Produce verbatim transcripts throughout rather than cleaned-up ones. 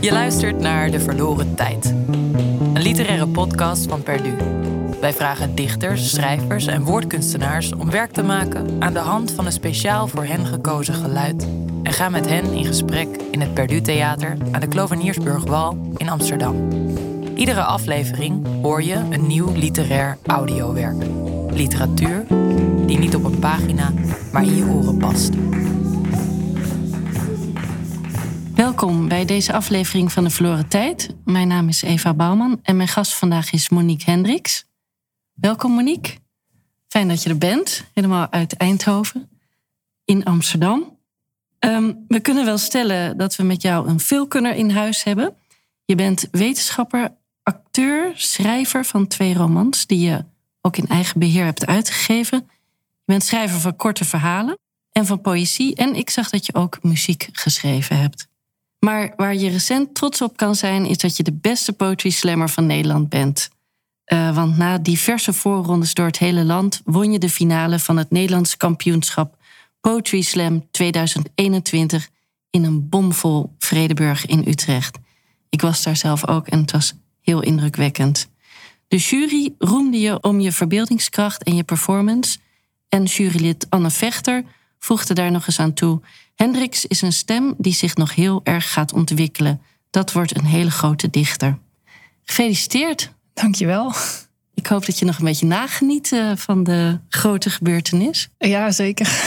Je luistert naar De Verloren Tijd. Een literaire podcast van Perdu. Wij vragen dichters, schrijvers en woordkunstenaars om werk te maken aan de hand van een speciaal voor hen gekozen geluid en gaan met hen in gesprek in het Perdu Theater aan de Kloveniersburgwal in Amsterdam. Iedere aflevering hoor je een nieuw literair audiowerk. Literatuur die niet op een pagina, maar in je oren past. Welkom bij deze aflevering van De Verloren Tijd. Mijn naam is Eva Bouwman en mijn gast vandaag is Monique Hendricks. Welkom Monique. Fijn dat je er bent, helemaal uit Eindhoven, in Amsterdam. Um, we kunnen wel stellen dat we met jou een veelkunner in huis hebben. Je bent wetenschapper, acteur, schrijver van twee romans die je ook in eigen beheer hebt uitgegeven. Je bent schrijver van korte verhalen en van poëzie. En ik zag dat je ook muziek geschreven hebt. Maar waar je recent trots op kan zijn, is dat je de beste poetry slammer van Nederland bent. Uh, want na diverse voorrondes door het hele land won je de finale van het Nederlands kampioenschap Poetry Slam tweeduizend eenentwintig in een bomvol Vredenburg in Utrecht. Ik was daar zelf ook en het was heel indrukwekkend. De jury roemde je om je verbeeldingskracht en je performance. En jurylid Anne Vechter voegde daar nog eens aan toe: Hendricks is een stem die zich nog heel erg gaat ontwikkelen. Dat wordt een hele grote dichter. Gefeliciteerd. Dankjewel. Ik hoop dat je nog een beetje nageniet uh, van de grote gebeurtenis. Ja, zeker.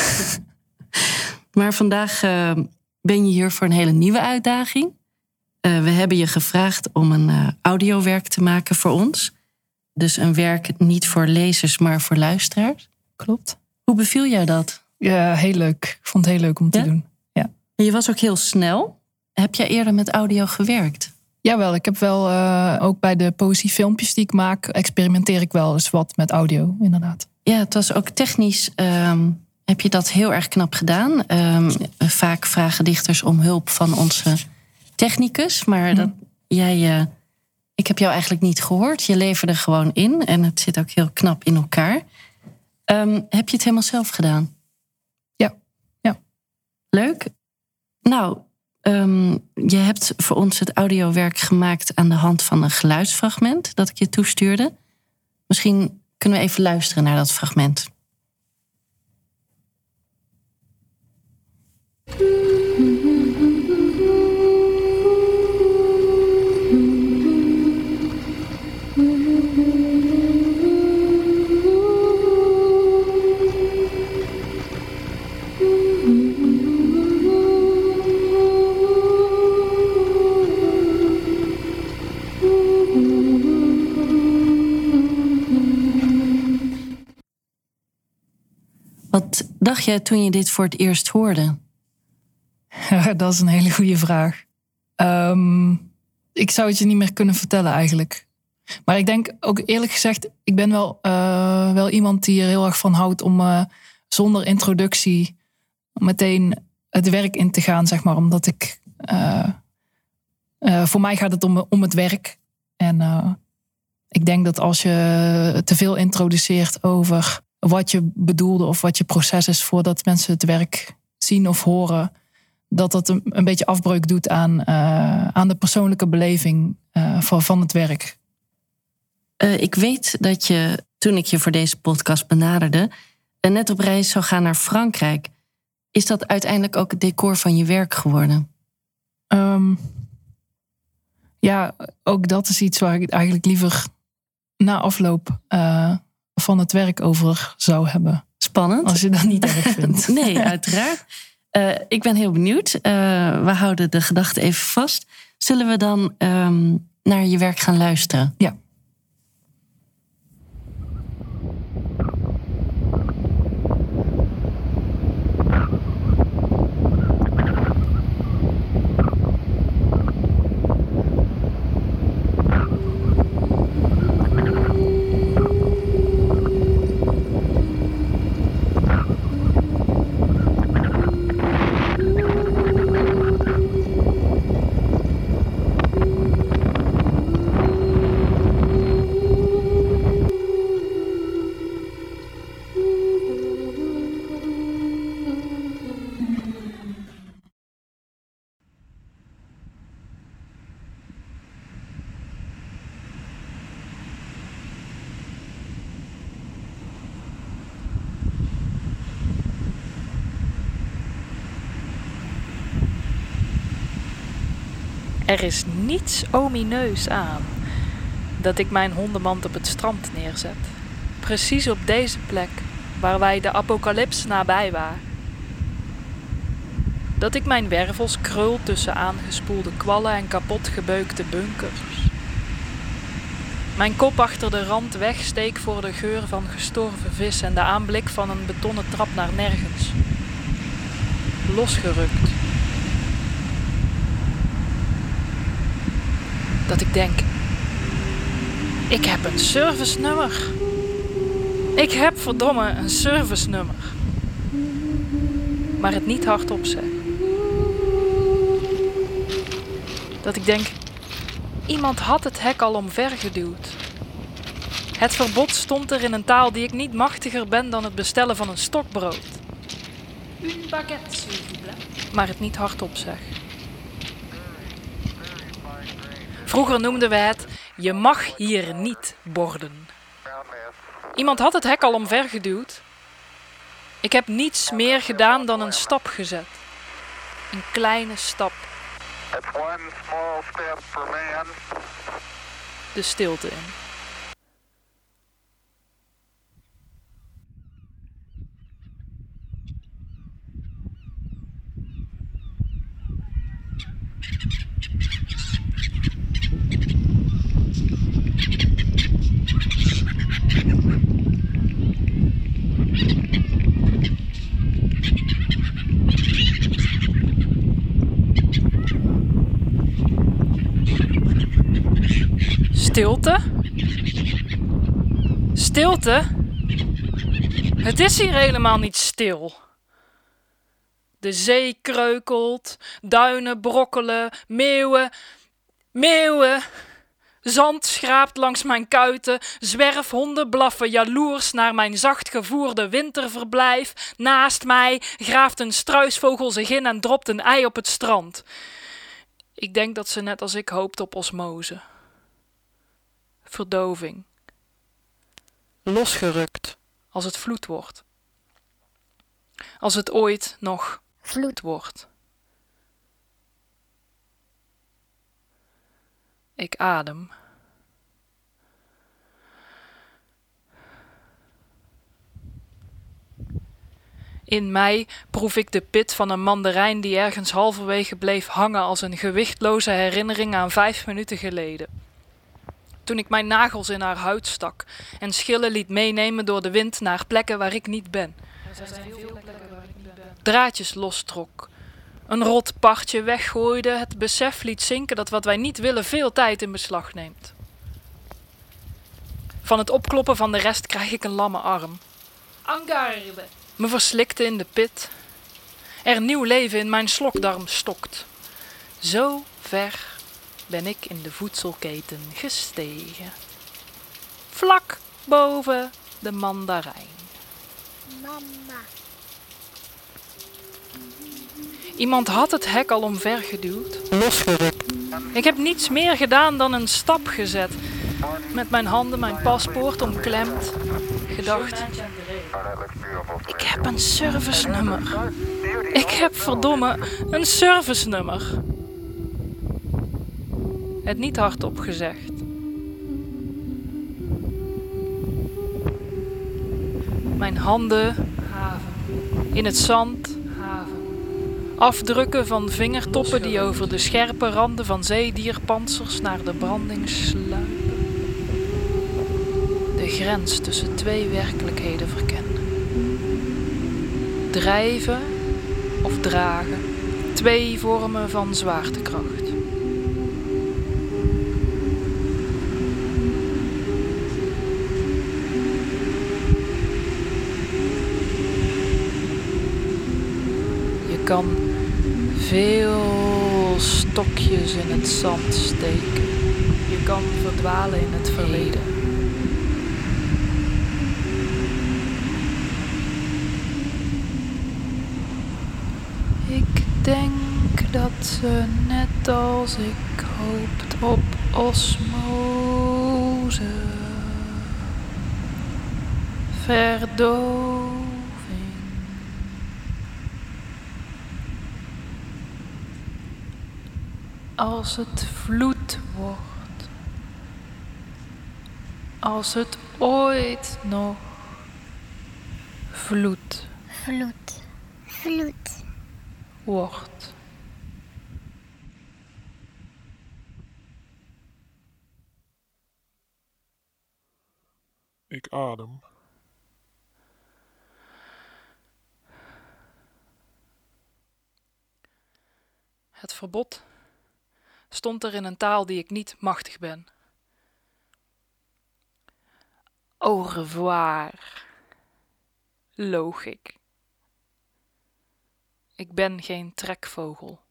Maar vandaag uh, ben je hier voor een hele nieuwe uitdaging. Uh, we hebben je gevraagd om een uh, audiowerk te maken voor ons. Dus een werk niet voor lezers, maar voor luisteraars. Klopt. Hoe beviel jij dat? Ja, heel leuk. Ik vond het heel leuk om te ja? doen. Ja. En je was ook heel snel. Heb jij eerder met audio gewerkt? Jawel, ik heb wel uh, ook bij de poëziefilmpjes die ik maak, experimenteer ik wel eens wat met audio, inderdaad. Ja, het was ook technisch. Um, heb je dat heel erg knap gedaan? Um, vaak vragen dichters om hulp van onze technicus, maar dat, mm. jij, uh, ik heb jou eigenlijk niet gehoord. Je leverde gewoon in en het zit ook heel knap in elkaar. Um, heb je het helemaal zelf gedaan? Ja. ja. Leuk. Nou, um, je hebt voor ons het audiowerk gemaakt aan de hand van een geluidsfragment dat ik je toestuurde. Misschien kunnen we even luisteren naar dat fragment. Wat dacht je toen je dit voor het eerst hoorde? Ja, dat is een hele goede vraag. Um, ik zou het je niet meer kunnen vertellen eigenlijk. Maar ik denk ook eerlijk gezegd, ik ben wel, uh, wel iemand die er heel erg van houdt om uh, zonder introductie meteen het werk in te gaan, zeg maar. Omdat ik, uh, uh, voor mij gaat het om, om het werk. En uh, ik denk dat als je te veel introduceert over wat je bedoelde of wat je proces is voordat mensen het werk zien of horen, dat dat een, een beetje afbreuk doet aan, uh, aan de persoonlijke beleving uh, van, van het werk. Uh, ik weet dat je, toen ik je voor deze podcast benaderde, uh, net op reis zou gaan naar Frankrijk. Is dat uiteindelijk ook het decor van je werk geworden? Um, ja, ook dat is iets waar ik eigenlijk liever na afloop uh, van het werk over zou hebben. Spannend. Als je dat niet erg vindt. Nee, uiteraard. Uh, ik ben heel benieuwd. Uh, we houden de gedachte even vast. Zullen we dan um, naar je werk gaan luisteren? Ja. Er is niets omineus aan dat ik mijn hondenmand op het strand neerzet. Precies op deze plek waar wij de apocalyps nabij waren. Dat ik mijn wervels krul tussen aangespoelde kwallen en kapotgebeukte bunkers. Mijn kop achter de rand wegsteek voor de geur van gestorven vis en de aanblik van een betonnen trap naar nergens. Losgerukt. Dat ik denk, ik heb een servicenummer. Ik heb verdomme een servicenummer. Maar het niet hardop zeg. Dat ik denk, iemand had het hek al omvergeduwd. Het verbod stond er in een taal die ik niet machtiger ben dan het bestellen van een stokbrood. Une baguette, s'il vous plaît. Maar het niet hardop zeg. Vroeger noemden we het, je mag hier niet borden. Iemand had het hek al omvergeduwd. Ik heb niets meer gedaan dan een stap gezet. Een kleine stap. De stilte in. Stilte? Stilte? Het is hier helemaal niet stil. De zee kreukelt, duinen brokkelen, meeuwen, meeuwen. Zand schraapt langs mijn kuiten, zwerfhonden blaffen jaloers naar mijn zacht gevoerde winterverblijf. Naast mij graaft een struisvogel zich in en dropt een ei op het strand. Ik denk dat ze net als ik hoopt op osmose. Verdoving. Losgerukt als het vloed wordt. Als het ooit nog vloed wordt. Ik adem. In mij proef ik de pit van een mandarijn die ergens halverwege bleef hangen als een gewichtloze herinnering aan vijf minuten geleden. Toen ik mijn nagels in haar huid stak en schillen liet meenemen door de wind naar plekken waar ik niet ben. Er zijn veel plekken waar ik niet ben. Draadjes lostrok. Een rot partje weggooide, het besef liet zinken dat wat wij niet willen veel tijd in beslag neemt. Van het opkloppen van de rest krijg ik een lamme arm. En garde. Me verslikte in de pit. Er nieuw leven in mijn slokdarm stokt. Zo ver ben ik in de voedselketen gestegen. Vlak boven de mandarijn. Mama. Iemand had het hek al omvergeduwd. Losgerukt. Ik heb niets meer gedaan dan een stap gezet. Met mijn handen mijn paspoort omklemd. Gedacht. Ik heb een servicenummer. Ik heb verdomme een servicenummer. Het niet hardop gezegd. Mijn handen in het zand. Afdrukken van vingertoppen die over de scherpe randen van zeedierpantsers naar de branding sluipen. De grens tussen twee werkelijkheden verkennen. Drijven of dragen. Twee vormen van zwaartekracht. Je kan veel stokjes in het zand steken. Je kan verdwalen in het verleden. Ik denk dat ze net als ik hoopt op osmose. Verdoving. Als het vloed wordt. Als het ooit nog vloed Vloed. Vloed. wordt. Ik adem. Het verbod stond er in een taal die ik niet machtig ben. Au revoir, loog ik. Ik ben geen trekvogel.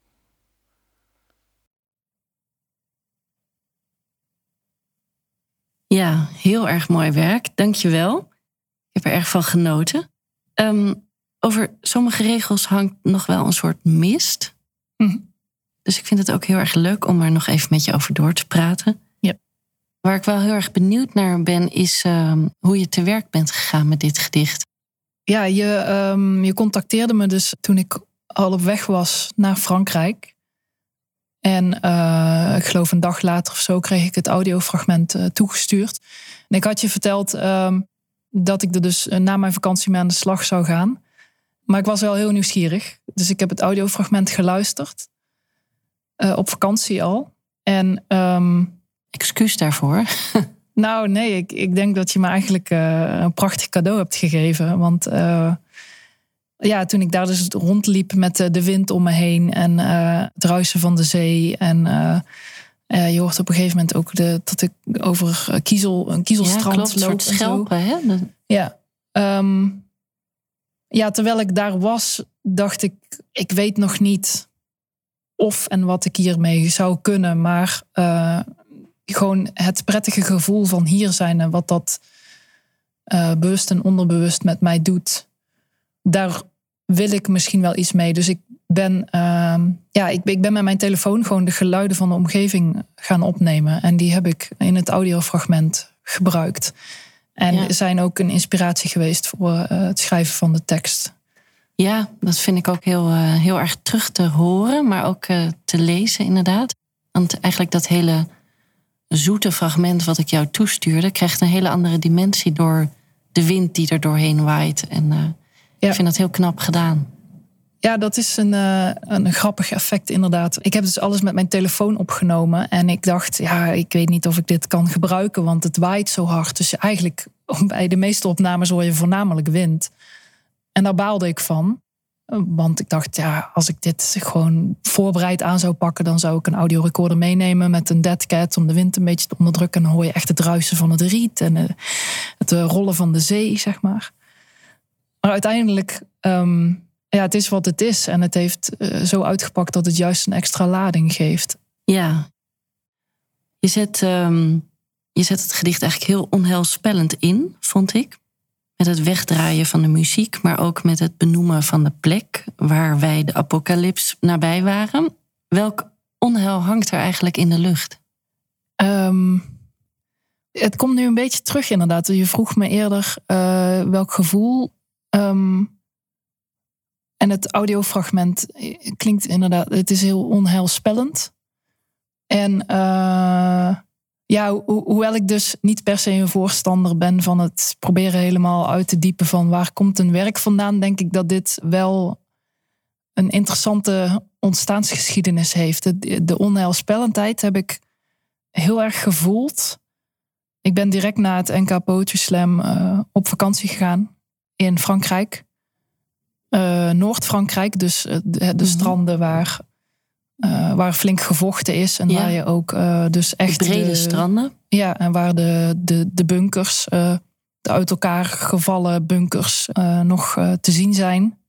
Ja, heel erg mooi werk. Dank je wel. Ik heb er erg van genoten. Um, over sommige regels hangt nog wel een soort mist. Hm. Dus ik vind het ook heel erg leuk om er nog even met je over door te praten. Ja. Waar ik wel heel erg benieuwd naar ben, is um, hoe je te werk bent gegaan met dit gedicht. Ja, je, um, je contacteerde me dus toen ik al op weg was naar Frankrijk. En uh, ik geloof een dag later of zo kreeg ik het audiofragment uh, toegestuurd. En ik had je verteld um, dat ik er dus uh, na mijn vakantie mee aan de slag zou gaan. Maar ik was wel heel nieuwsgierig. Dus ik heb het audiofragment geluisterd. Uh, op vakantie al. En um, excuus daarvoor. Nou, nee, ik, ik denk dat je me eigenlijk uh, een prachtig cadeau hebt gegeven. Want uh, ja, toen ik daar dus rondliep met de, de wind om me heen en uh, het ruisen van de zee. En uh, uh, je hoort op een gegeven moment ook de, dat ik over uh, Kiezel, een Kiezelstrand ja, klopt, loop. Een soort schelpen, hè? De... Ja. Um, ja, terwijl ik daar was, dacht ik, ik weet nog niet of en wat ik hiermee zou kunnen. Maar uh, gewoon het prettige gevoel van hier zijn en wat dat uh, bewust en onderbewust met mij doet. Daar wil ik misschien wel iets mee. Dus ik ben, uh, ja, ik, ik ben met mijn telefoon gewoon de geluiden van de omgeving gaan opnemen. En die heb ik in het audiofragment gebruikt. En ja. zijn ook een inspiratie geweest voor uh, het schrijven van de tekst. Ja, dat vind ik ook heel, uh, heel erg terug te horen, maar ook uh, te lezen inderdaad. Want eigenlijk dat hele zoete fragment wat ik jou toestuurde krijgt een hele andere dimensie door de wind die er doorheen waait. En uh, ja. ik vind dat heel knap gedaan. Ja, dat is een, uh, een grappig effect inderdaad. Ik heb dus alles met mijn telefoon opgenomen. En ik dacht, ja, ik weet niet of ik dit kan gebruiken, want het waait zo hard. Dus eigenlijk, bij de meeste opnames hoor je voornamelijk wind. En daar baalde ik van. Want ik dacht, ja, als ik dit gewoon voorbereid aan zou pakken, dan zou ik een audiorecorder meenemen met een dead cat om de wind een beetje te onderdrukken. En dan hoor je echt het ruisen van het riet en het rollen van de zee, zeg maar. Maar uiteindelijk, um, ja, het is wat het is. En het heeft uh, zo uitgepakt dat het juist een extra lading geeft. Ja. Je zet, um, je zet het gedicht eigenlijk heel onheilspellend in, vond ik. Met het wegdraaien van de muziek, maar ook met het benoemen van de plek waar wij de apocalyps nabij waren. Welk onheil hangt er eigenlijk in de lucht? Um, het komt nu een beetje terug inderdaad. Je vroeg me eerder uh, welk gevoel. Um, en het audiofragment klinkt inderdaad, het is heel onheilspellend. En uh, ja, ho- hoewel ik dus niet per se een voorstander ben van het proberen helemaal uit te diepen van waar komt een werk vandaan, denk ik dat dit wel een interessante ontstaansgeschiedenis heeft. De, de onheilspellendheid heb ik heel erg gevoeld. Ik ben direct na het N K Poetry Slam uh, op vakantie gegaan in Frankrijk. Uh, Noord-Frankrijk, dus uh, de, de mm-hmm. stranden waar, uh, waar flink gevochten is. En ja. waar je ook uh, dus echt... De brede de, stranden. Ja, en waar de, de, de bunkers, uh, de uit elkaar gevallen bunkers uh, nog uh, te zien zijn.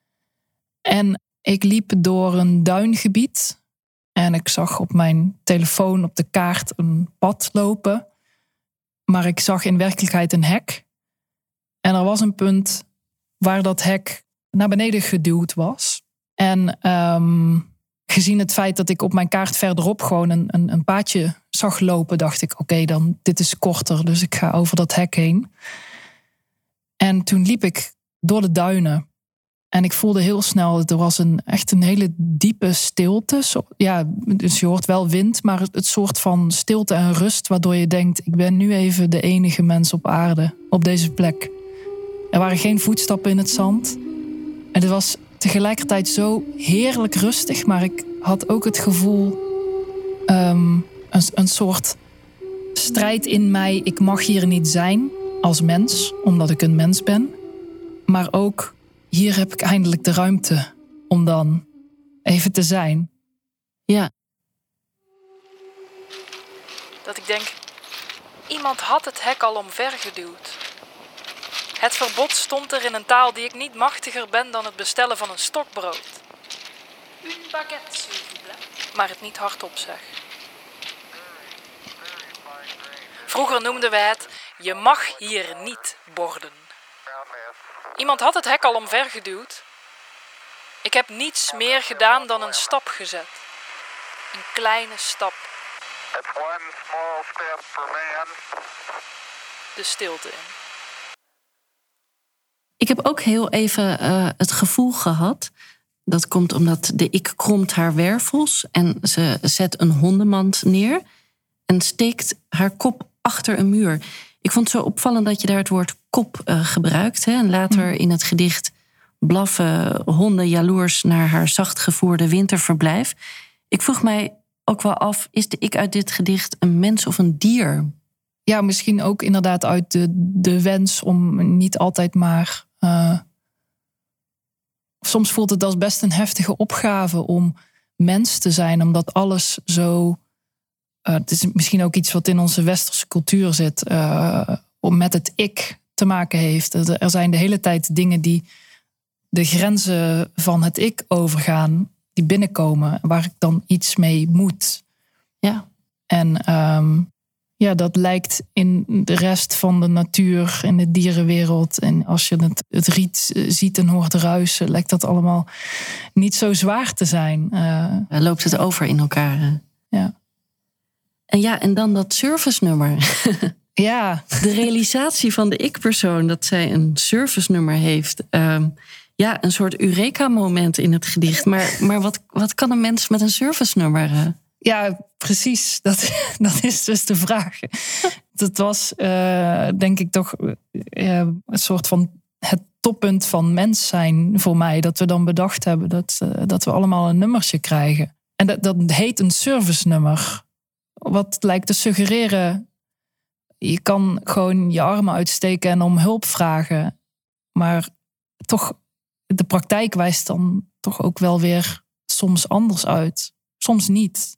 En ik liep door een duingebied. En ik zag op mijn telefoon op de kaart een pad lopen. Maar ik zag in werkelijkheid een hek. En er was een punt waar dat hek naar beneden geduwd was. En um, gezien het feit dat ik op mijn kaart verderop gewoon een, een, een paadje zag lopen, dacht ik, oké, okay, dan dit is korter, dus ik ga over dat hek heen. En toen liep ik door de duinen. En ik voelde heel snel, er was een, echt een hele diepe stilte. Zo, ja, dus je hoort wel wind, maar het, het soort van stilte en rust, waardoor je denkt, ik ben nu even de enige mens op aarde, op deze plek. Er waren geen voetstappen in het zand. En het was tegelijkertijd zo heerlijk rustig, maar ik had ook het gevoel, um, een, een soort strijd in mij. Ik mag hier niet zijn als mens, omdat ik een mens ben. Maar ook, hier heb ik eindelijk de ruimte om dan even te zijn. Ja. Dat ik denk, iemand had het hek al omvergeduwd. Het verbod stond er in een taal die ik niet machtiger ben dan het bestellen van een stokbrood. Une baguette, s'il vous plaît. Maar het niet hardop zeg. Vroeger noemden we het, je mag hier niet borden. Iemand had het hek al omvergeduwd. Ik heb niets meer gedaan dan een stap gezet. Een kleine stap. De stilte in. Ik heb ook heel even uh, het gevoel gehad. Dat komt omdat de ik kromt haar wervels en ze zet een hondenmand neer en steekt haar kop achter een muur. Ik vond het zo opvallend dat je daar het woord kop uh, gebruikt. Hè? En later in het gedicht blaffen honden jaloers naar haar zacht gevoerde winterverblijf. Ik vroeg mij ook wel af, is de ik uit dit gedicht een mens of een dier? Ja, misschien ook inderdaad uit de, de wens om niet altijd maar... Uh, soms voelt het als best een heftige opgave om mens te zijn, omdat alles zo... Uh, het is misschien ook iets wat in onze westerse cultuur zit, uh, om met het ik te maken heeft. Er zijn de hele tijd dingen die de grenzen van het ik overgaan, die binnenkomen, waar ik dan iets mee moet. Ja. En um, ja, dat lijkt in de rest van de natuur, in de dierenwereld. En als je het, het riet ziet en hoort ruisen, lijkt dat allemaal niet zo zwaar te zijn. Uh, Loopt het over in elkaar? Ja. En ja, en dan dat servicenummer. Ja. De realisatie van de ik-persoon dat zij een servicenummer heeft. Uh, ja, een soort Eureka-moment in het gedicht. Maar, maar wat, wat kan een mens met een servicenummer? Uh? Ja, precies. Dat, dat is dus de vraag. Dat was, uh, denk ik, toch uh, een soort van het toppunt van mens zijn voor mij. Dat we dan bedacht hebben dat, uh, dat we allemaal een nummertje krijgen. En dat, dat heet een servicenummer. Wat lijkt te suggereren, je kan gewoon je armen uitsteken en om hulp vragen. Maar toch, de praktijk wijst dan toch ook wel weer soms anders uit. Soms niet.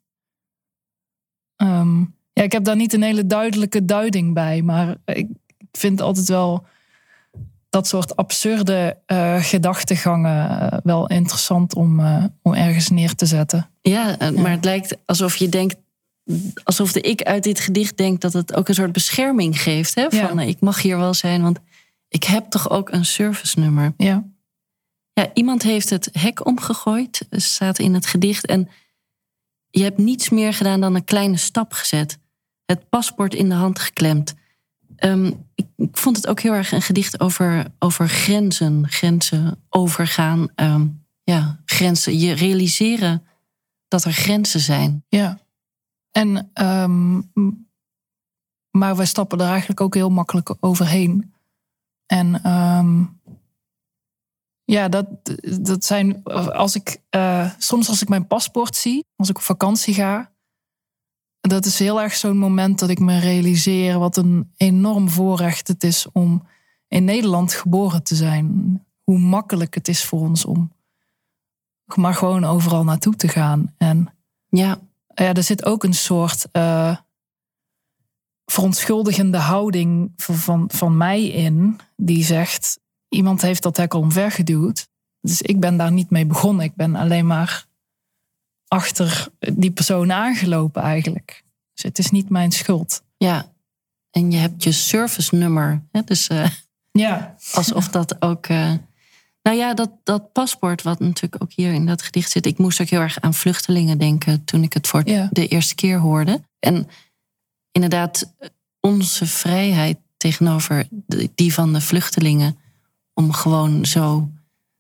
Um, ja, ik heb daar niet een hele duidelijke duiding bij. Maar ik vind altijd wel dat soort absurde uh, gedachtegangen uh, wel interessant om, uh, om ergens neer te zetten. Ja, uh, maar het lijkt alsof je denkt, alsof de ik uit dit gedicht denkt dat het ook een soort bescherming geeft. Hè? Van, ja. Ik mag hier wel zijn, want ik heb toch ook een servicenummer. Ja. Ja, iemand heeft het hek omgegooid, staat in het gedicht. En je hebt niets meer gedaan dan een kleine stap gezet. Het paspoort in de hand geklemd. Um, ik, ik vond het ook heel erg een gedicht over, over grenzen. Grenzen overgaan. Um, ja, grenzen. Je realiseren dat er grenzen zijn. Ja. En, um, maar wij stappen er eigenlijk ook heel makkelijk overheen. En um, ja, dat, dat zijn, als ik, uh, soms als ik mijn paspoort zie, als ik op vakantie ga, dat is heel erg zo'n moment dat ik me realiseer wat een enorm voorrecht het is om in Nederland geboren te zijn. Hoe makkelijk het is voor ons om maar gewoon overal naartoe te gaan. En ja. Ja, er zit ook een soort uh, verontschuldigende houding van, van, van mij in. Die zegt, iemand heeft dat hek al omvergeduwd. Dus ik ben daar niet mee begonnen. Ik ben alleen maar achter die persoon aangelopen eigenlijk. Dus het is niet mijn schuld. Ja, en je hebt je servicenummer. Hè? Dus uh, ja. Alsof dat ook... Uh, nou ja, dat, dat paspoort wat natuurlijk ook hier in dat gedicht zit. Ik moest ook heel erg aan vluchtelingen denken toen ik het voor ja. de eerste keer hoorde. En inderdaad, onze vrijheid tegenover die van de vluchtelingen om gewoon zo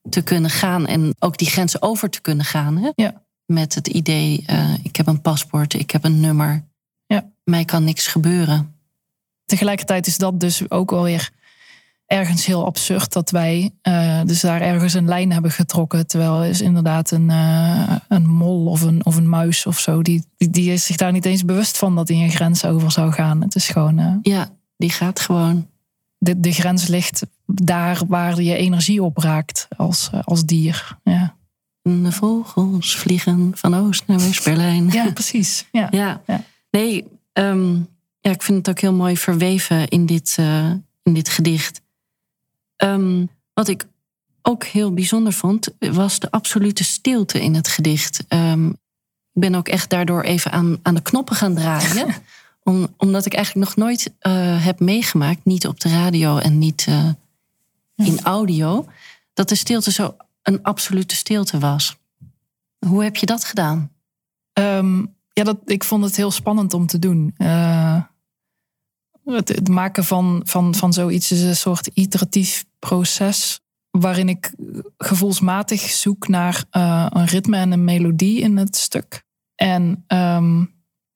te kunnen gaan en ook die grenzen over te kunnen gaan. Hè? Ja. Met het idee, uh, ik heb een paspoort, ik heb een nummer. Ja. Mij kan niks gebeuren. Tegelijkertijd is dat dus ook wel weer ergens heel absurd dat wij uh, dus daar ergens een lijn hebben getrokken. Terwijl is inderdaad een, uh, een mol of een, of een muis of zo. Die, die, die is zich daar niet eens bewust van dat hij een grens over zou gaan. Het is gewoon... Uh, ja, die gaat gewoon. De, de grens ligt daar waar je energie op raakt als, uh, als dier. Ja. De vogels vliegen van Oost naar West-Berlijn. Ja, precies. Ja. Ja. Ja. Nee, um, ja, ik vind het ook heel mooi verweven in dit, uh, in dit gedicht. Um, wat ik ook heel bijzonder vond, was de absolute stilte in het gedicht. Um, ik ben ook echt daardoor even aan, aan de knoppen gaan draaien. Om, omdat ik eigenlijk nog nooit uh, heb meegemaakt, niet op de radio en niet uh, in audio, dat de stilte zo een absolute stilte was. Hoe heb je dat gedaan? Um, ja, dat, ik vond het heel spannend om te doen. Uh, het, het maken van, van, van zoiets is een soort iteratief proces waarin ik gevoelsmatig zoek naar uh, een ritme en een melodie in het stuk. En um,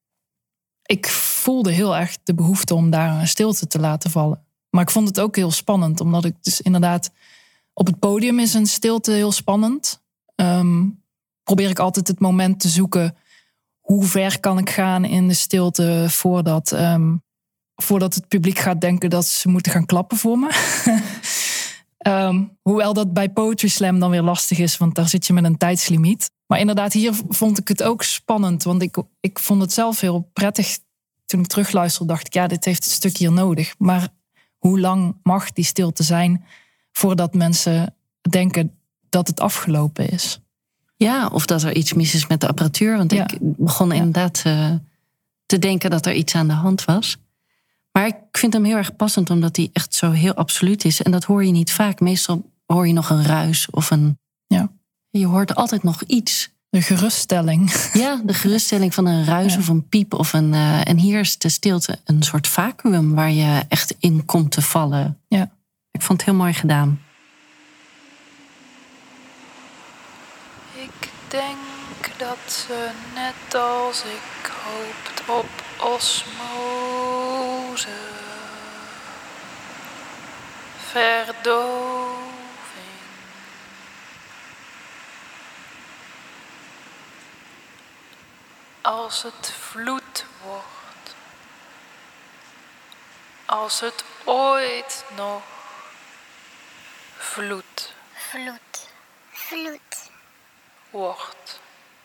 ik voelde heel erg de behoefte om daar een stilte te laten vallen. Maar ik vond het ook heel spannend, omdat ik dus inderdaad... Op het podium is een stilte heel spannend. Um, probeer ik altijd het moment te zoeken... hoe ver kan ik gaan in de stilte voordat, um, voordat het publiek gaat denken dat ze moeten gaan klappen voor me. um, hoewel dat bij Poetry Slam dan weer lastig is, want daar zit je met een tijdslimiet. Maar inderdaad, hier vond ik het ook spannend, want ik, ik vond het zelf heel prettig. Toen ik terugluisterde, dacht ik, ja, dit heeft een stuk hier nodig. Maar hoe lang mag die stilte zijn voordat mensen denken dat het afgelopen is? Ja, of dat er iets mis is met de apparatuur. Want ja. ik begon inderdaad uh, te denken dat er iets aan de hand was. Maar ik vind hem heel erg passend, omdat hij echt zo heel absoluut is. En dat hoor je niet vaak. Meestal hoor je nog een ruis of een... Ja. Je hoort altijd nog iets. De geruststelling. Ja, de geruststelling van een ruis ja. of een piep. Of een, uh, en hier is de stilte een soort vacuüm waar je echt in komt te vallen. Ja. Ik vond het heel mooi gedaan. Ik denk dat ze net als ik hoopt op osmose, verdoving. Als het vloed wordt, als het ooit nog vloed, vloed, vloed wordt.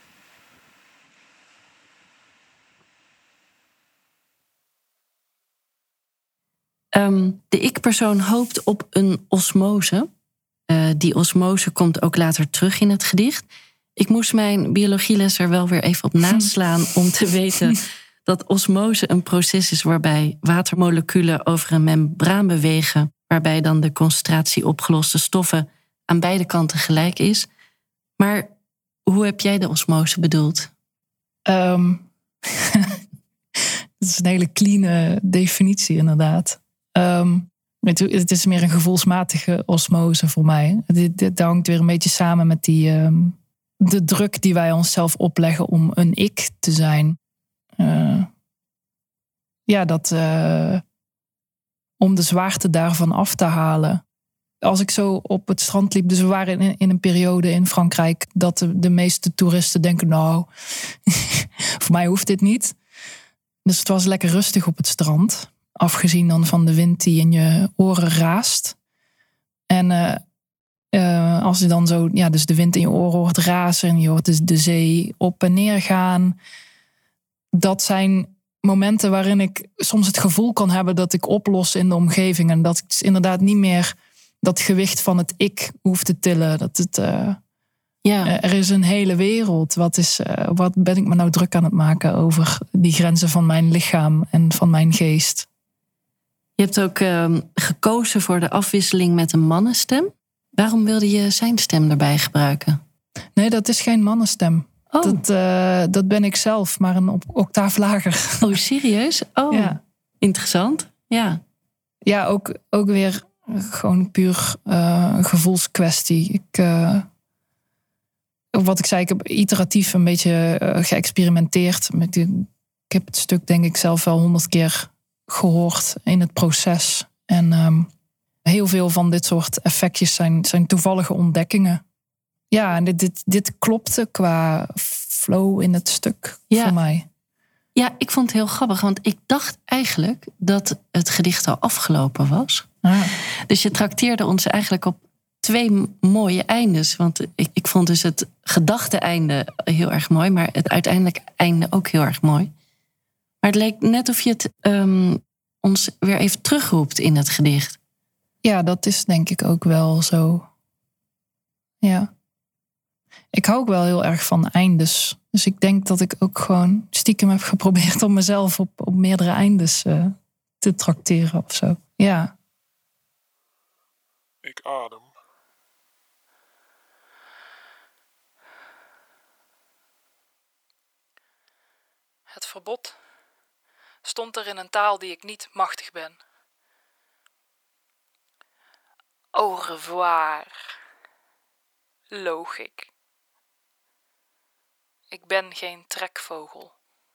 Um, de ik-persoon hoopt op een osmose. Uh, die osmose komt ook later terug in het gedicht. Ik moest mijn biologieles er wel weer even op naslaan om te weten dat osmose een proces is waarbij watermoleculen over een membraan bewegen, waarbij dan de concentratie opgeloste stoffen aan beide kanten gelijk is. Maar hoe heb jij de osmose bedoeld? Um, dat is een hele clean definitie inderdaad. Um, het is meer een gevoelsmatige osmose voor mij. Dit, dit hangt weer een beetje samen met die, um, de druk die wij onszelf opleggen om een ik te zijn. Uh, ja, dat uh, om de zwaarte daarvan af te halen. Als ik zo op het strand liep, dus we waren in, in een periode in Frankrijk dat de, de meeste toeristen denken, nou, voor mij hoeft dit niet. Dus het was lekker rustig op het strand. Afgezien dan van de wind die in je oren raast. En uh, uh, als je dan zo, ja, dus de wind in je oren hoort razen en je hoort dus de zee op en neer gaan. Dat zijn momenten waarin ik soms het gevoel kan hebben dat ik oplos in de omgeving. En dat ik dus inderdaad niet meer dat gewicht van het ik hoef te tillen. Dat het, uh, ja. uh, er is een hele wereld. Wat, is, uh, wat ben ik me nou druk aan het maken over die grenzen van mijn lichaam en van mijn geest? Je hebt ook uh, gekozen voor de afwisseling met een mannenstem. Waarom wilde je zijn stem erbij gebruiken? Nee, dat is geen mannenstem. Oh. Dat, uh, dat ben ik zelf, maar een octaaf lager. Oh, serieus? Oh, ja. Interessant. Ja, ja ook, ook weer Gewoon puur uh, een gevoelskwestie. Ik, uh, wat ik zei, ik heb iteratief een beetje uh, geëxperimenteerd. Met die, ik heb het stuk denk ik zelf wel honderd keer gehoord in het proces. En um, heel veel van dit soort effectjes zijn, zijn toevallige ontdekkingen. Ja, en dit, dit, dit klopte qua flow in het stuk ja. voor mij. Ja, ik vond het heel grappig, want ik dacht eigenlijk dat het gedicht al afgelopen was. Ah. Dus je trakteerde ons eigenlijk op twee mooie eindes. Want ik, ik vond dus het gedachte-einde heel erg mooi, maar het uiteindelijk einde ook heel erg mooi. Maar het leek net of je het um, ons weer even terugroept in het gedicht. Ja, dat is denk ik ook wel zo. Ja. Ik hou ook wel heel erg van eindes. Dus ik denk dat ik ook gewoon stiekem heb geprobeerd om mezelf op, op meerdere eindes uh, te trakteren of zo. Ja. Ik adem. Het verbod stond er in een taal die ik niet machtig ben. Au revoir, loog ik. Ik ben geen trekvogel.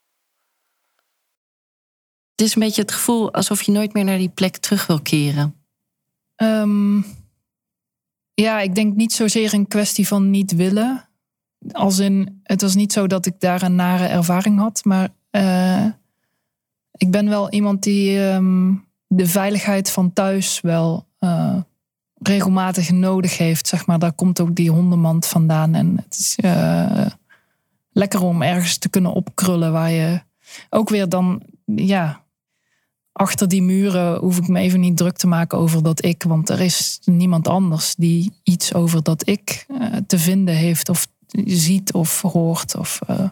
Het is een beetje het gevoel alsof je nooit meer naar die plek terug wil keren. Um, ja, ik denk niet zozeer een kwestie van niet willen. Als in, het was niet zo dat ik daar een nare ervaring had. Maar uh, ik ben wel iemand die um, de veiligheid van thuis wel uh, regelmatig nodig heeft. Zeg maar. Daar komt ook die hondenmand vandaan. En het is uh, lekker om ergens te kunnen opkrullen waar je ook weer dan, ja, achter die muren hoef ik me even niet druk te maken over dat ik. Want er is niemand anders die iets over dat ik uh, te vinden heeft of ziet of hoort. Of, uh...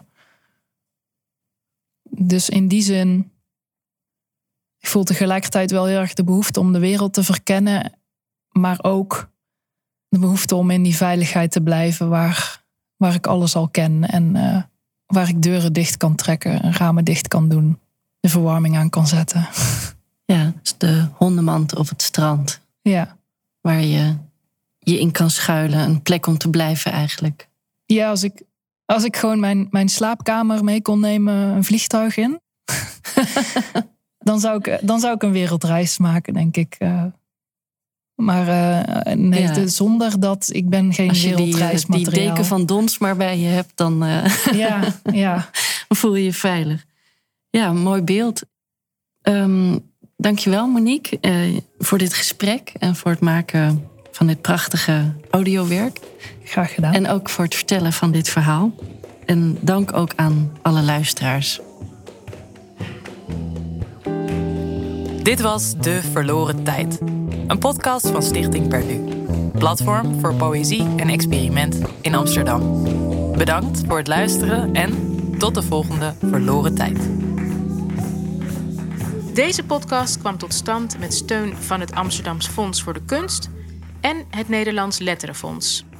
Dus in die zin, ik voel tegelijkertijd wel heel erg de behoefte om de wereld te verkennen. Maar ook de behoefte om in die veiligheid te blijven waar, waar ik alles al ken. En uh, waar ik deuren dicht kan trekken en ramen dicht kan doen. De verwarming aan kan zetten. Ja, dus de hondenmand op het strand. Ja. Waar je je in kan schuilen. Een plek om te blijven eigenlijk. Ja, als ik, als ik gewoon mijn, mijn slaapkamer mee kon nemen, een vliegtuig in. dan, zou ik, dan zou ik een wereldreis maken, denk ik. Uh, maar uh, nee, ja. de, zonder dat, ik ben geen wereldreismateriaal. Als je die, die deken van Dons maar bij je hebt, dan, uh, ja, ja. dan voel je je veilig. Ja, mooi beeld. Um, dankjewel Monique uh, voor dit gesprek en voor het maken van dit prachtige audiowerk. Graag gedaan. En ook voor het vertellen van dit verhaal. En dank ook aan alle luisteraars. Dit was De Verloren Tijd. Een podcast van Stichting Perdu. Platform voor poëzie en experiment in Amsterdam. Bedankt voor het luisteren en tot de volgende Verloren Tijd. Deze podcast kwam tot stand met steun van het Amsterdams Fonds voor de Kunst en het Nederlands Letterenfonds.